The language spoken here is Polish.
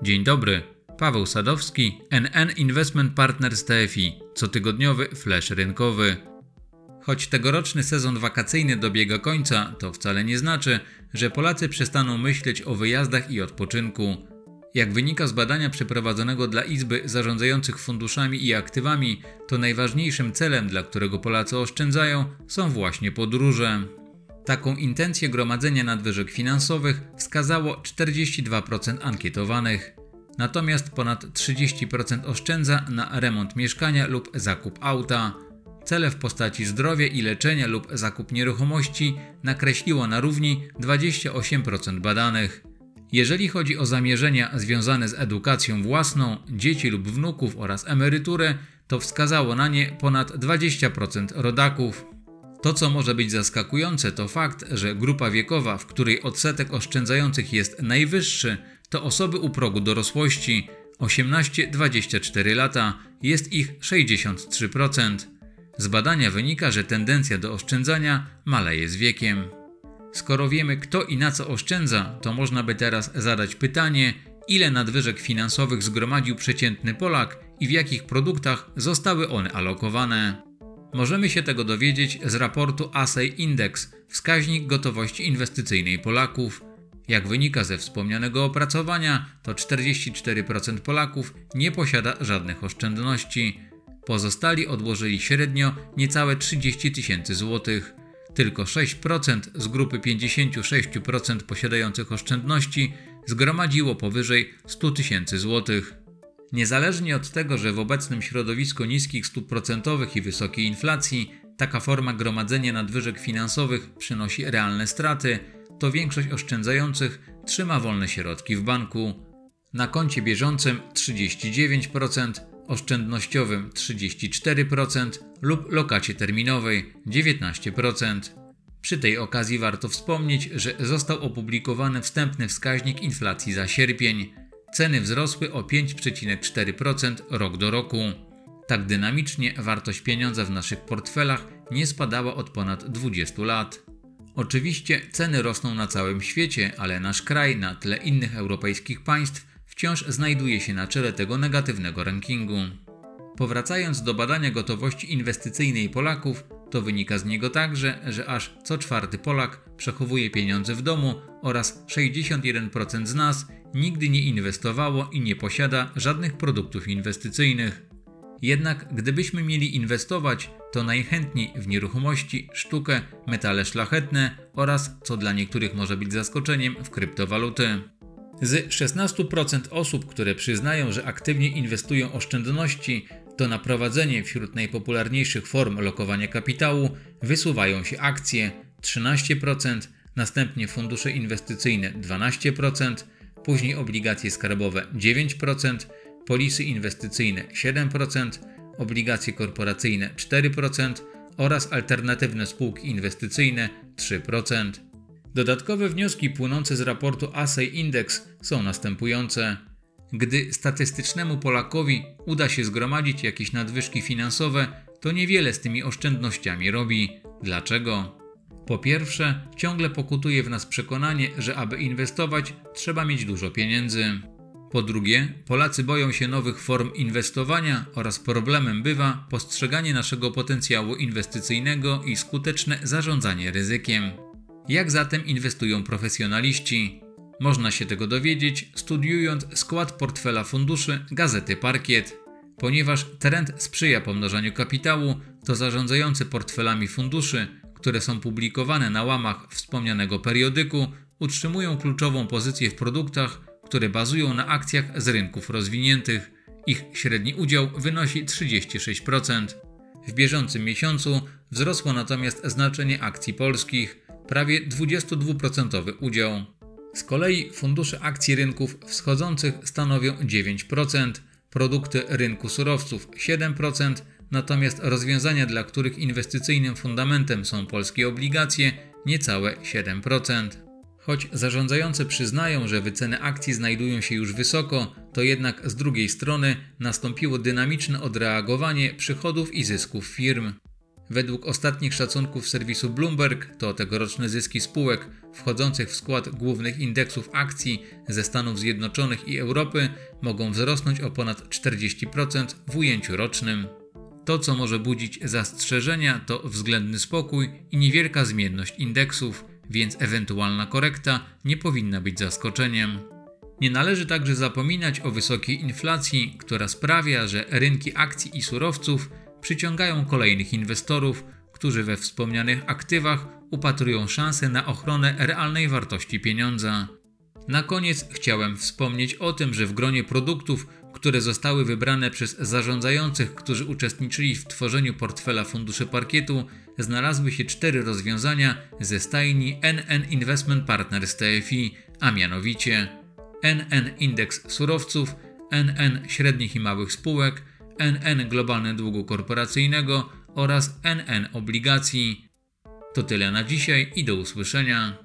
Dzień dobry, Paweł Sadowski, NN Investment Partners TFI, cotygodniowy flash rynkowy. Choć tegoroczny sezon wakacyjny dobiega końca, to wcale nie znaczy, że Polacy przestaną myśleć o wyjazdach i odpoczynku. Jak wynika z badania przeprowadzonego dla Izby Zarządzających Funduszami i Aktywami, to najważniejszym celem, dla którego Polacy oszczędzają, są właśnie podróże. Taką intencję gromadzenia nadwyżek finansowych wskazało 42% ankietowanych. Natomiast ponad 30% oszczędza na remont mieszkania lub zakup auta. Cele w postaci zdrowia i leczenia lub zakup nieruchomości nakreśliło na równi 28% badanych. Jeżeli chodzi o zamierzenia związane z edukacją własną, dzieci lub wnuków oraz emeryturę, to wskazało na nie ponad 20% rodaków. To, co może być zaskakujące, to fakt, że grupa wiekowa, w której odsetek oszczędzających jest najwyższy, to osoby u progu dorosłości 18-24 lata, jest ich 63%. Z badania wynika, że tendencja do oszczędzania maleje z wiekiem. Skoro wiemy, kto i na co oszczędza, to można by teraz zadać pytanie, ile nadwyżek finansowych zgromadził przeciętny Polak i w jakich produktach zostały one alokowane. Możemy się tego dowiedzieć z raportu Asset Index, wskaźnik gotowości inwestycyjnej Polaków. Jak wynika ze wspomnianego opracowania, to 44% Polaków nie posiada żadnych oszczędności. Pozostali odłożyli średnio niecałe 30 tysięcy złotych. Tylko 6% z grupy 56% posiadających oszczędności zgromadziło powyżej 100 tysięcy złotych. Niezależnie od tego, że w obecnym środowisku niskich stóp procentowych i wysokiej inflacji taka forma gromadzenia nadwyżek finansowych przynosi realne straty, to większość oszczędzających trzyma wolne środki w banku. Na koncie bieżącym 39%, oszczędnościowym 34% lub lokacie terminowej 19%. Przy tej okazji warto wspomnieć, że został opublikowany wstępny wskaźnik inflacji za sierpień. Ceny wzrosły o 5,4% rok do roku. Tak dynamicznie wartość pieniądza w naszych portfelach nie spadała od ponad 20 lat. Oczywiście ceny rosną na całym świecie, ale nasz kraj na tle innych europejskich państw wciąż znajduje się na czele tego negatywnego rankingu. Powracając do badania gotowości inwestycyjnej Polaków, to wynika z niego także, że aż co czwarty Polak przechowuje pieniądze w domu oraz 61% z nas nigdy nie inwestowało i nie posiada żadnych produktów inwestycyjnych. Jednak gdybyśmy mieli inwestować, to najchętniej w nieruchomości, sztukę, metale szlachetne oraz, co dla niektórych może być zaskoczeniem, w kryptowaluty. Z 16% osób, które przyznają, że aktywnie inwestują oszczędności, to na prowadzenie wśród najpopularniejszych form lokowania kapitału wysuwają się akcje 13%, następnie fundusze inwestycyjne 12%, później obligacje skarbowe 9%, polisy inwestycyjne 7%, obligacje korporacyjne 4% oraz alternatywne spółki inwestycyjne 3%. Dodatkowe wnioski płynące z raportu Asset Index są następujące. Gdy statystycznemu Polakowi uda się zgromadzić jakieś nadwyżki finansowe, to niewiele z tymi oszczędnościami robi. Dlaczego? Po pierwsze, ciągle pokutuje w nas przekonanie, że aby inwestować, trzeba mieć dużo pieniędzy. Po drugie, Polacy boją się nowych form inwestowania oraz problemem bywa postrzeganie naszego potencjału inwestycyjnego i skuteczne zarządzanie ryzykiem. Jak zatem inwestują profesjonaliści? Można się tego dowiedzieć, studiując skład portfela funduszy Gazety Parkiet. Ponieważ trend sprzyja pomnażaniu kapitału, to zarządzający portfelami funduszy, które są publikowane na łamach wspomnianego periodyku, utrzymują kluczową pozycję w produktach, które bazują na akcjach z rynków rozwiniętych. Ich średni udział wynosi 36%. W bieżącym miesiącu wzrosło natomiast znaczenie akcji polskich, prawie 22% udział. Z kolei fundusze akcji rynków wschodzących stanowią 9%, produkty rynku surowców 7%, natomiast rozwiązania, dla których inwestycyjnym fundamentem są polskie obligacje, niecałe 7%. Choć zarządzający przyznają, że wyceny akcji znajdują się już wysoko, to jednak z drugiej strony nastąpiło dynamiczne odreagowanie przychodów i zysków firm. Według ostatnich szacunków serwisu Bloomberg to tegoroczne zyski spółek wchodzących w skład głównych indeksów akcji ze Stanów Zjednoczonych i Europy mogą wzrosnąć o ponad 40% w ujęciu rocznym. To, co może budzić zastrzeżenia, to względny spokój i niewielka zmienność indeksów, więc ewentualna korekta nie powinna być zaskoczeniem. Nie należy także zapominać o wysokiej inflacji, która sprawia, że rynki akcji i surowców przyciągają kolejnych inwestorów, którzy we wspomnianych aktywach upatrują szansę na ochronę realnej wartości pieniądza. Na koniec chciałem wspomnieć o tym, że w gronie produktów, które zostały wybrane przez zarządzających, którzy uczestniczyli w tworzeniu portfela funduszy parkietu, znalazły się 4 rozwiązania ze stajni NN Investment Partners TFI, a mianowicie NN Indeks Surowców, NN Średnich i Małych Spółek, NN Globalne Długu Korporacyjnego oraz NN Obligacji. To tyle na dzisiaj i do usłyszenia.